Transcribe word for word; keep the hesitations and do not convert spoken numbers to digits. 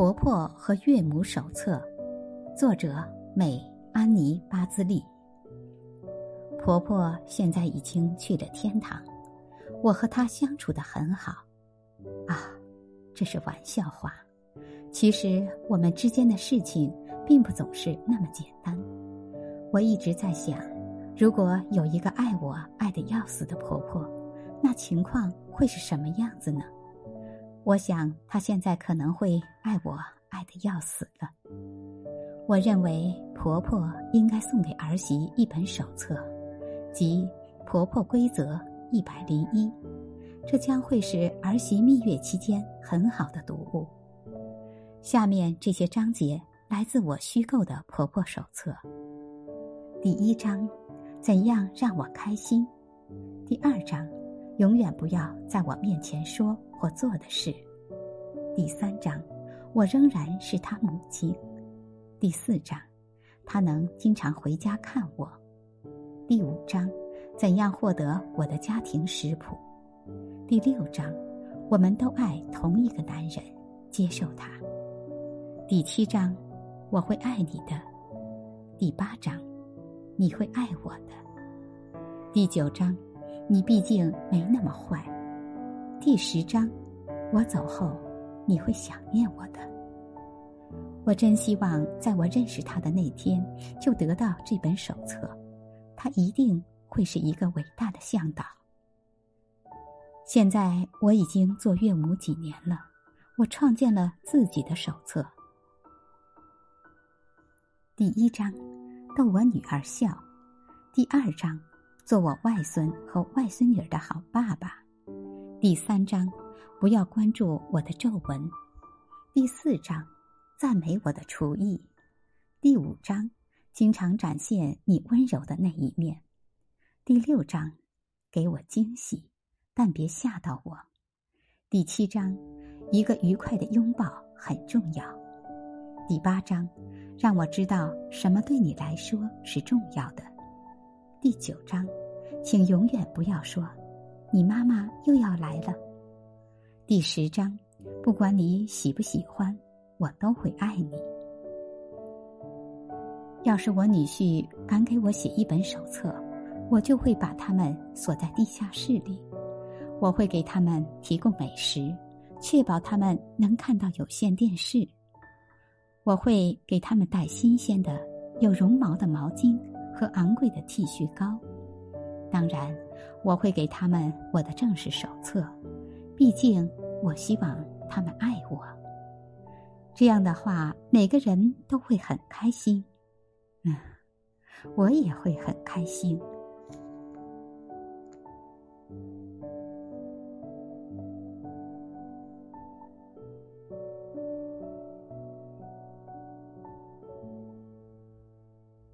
婆婆和岳母手册，作者美安妮巴兹利。婆婆现在已经去了天堂，我和她相处得很好。啊，这是玩笑话。其实我们之间的事情并不总是那么简单。我一直在想，如果有一个爱我爱得要死的婆婆，那情况会是什么样子呢？我想她现在可能会爱我爱得要死了。我认为婆婆应该送给儿媳一本手册，即《婆婆规则一百零一》，这将会是儿媳蜜月期间很好的读物。下面这些章节来自我虚构的婆婆手册。第一章，怎样让我开心。第二章，永远不要在我面前说或做的事。第三章，我仍然是她母亲。第四章，她能经常回家看我。第五章，怎样获得我的家庭食谱。第六章，我们都爱同一个男人，接受他。第七章，我会爱你的。第八章，你会爱我的。第九章，你毕竟没那么坏。第十章，我走后你会想念我的。我真希望在我认识他的那天就得到这本手册，他一定会是一个伟大的向导。现在我已经做岳母几年了，我创建了自己的手册。第一章，逗我女儿笑。第二章，做我外孙和外孙女的好爸爸。第三章，不要关注我的皱纹。第四章，赞美我的厨艺。第五章，经常展现你温柔的那一面。第六章，给我惊喜，但别吓到我。第七章，一个愉快的拥抱很重要。第八章，让我知道什么对你来说是重要的。第九章，请永远不要说你妈妈又要来了。第十章，不管你喜不喜欢，我都会爱你。要是我女婿敢给我写一本手册，我就会把他们锁在地下室里。我会给他们提供美食，确保他们能看到有线电视。我会给他们带新鲜的有绒毛的毛巾和昂贵的剃须膏。当然，我会给他们我的正式手册，毕竟我希望他们爱我。这样的话，每个人都会很开心。嗯，我也会很开心。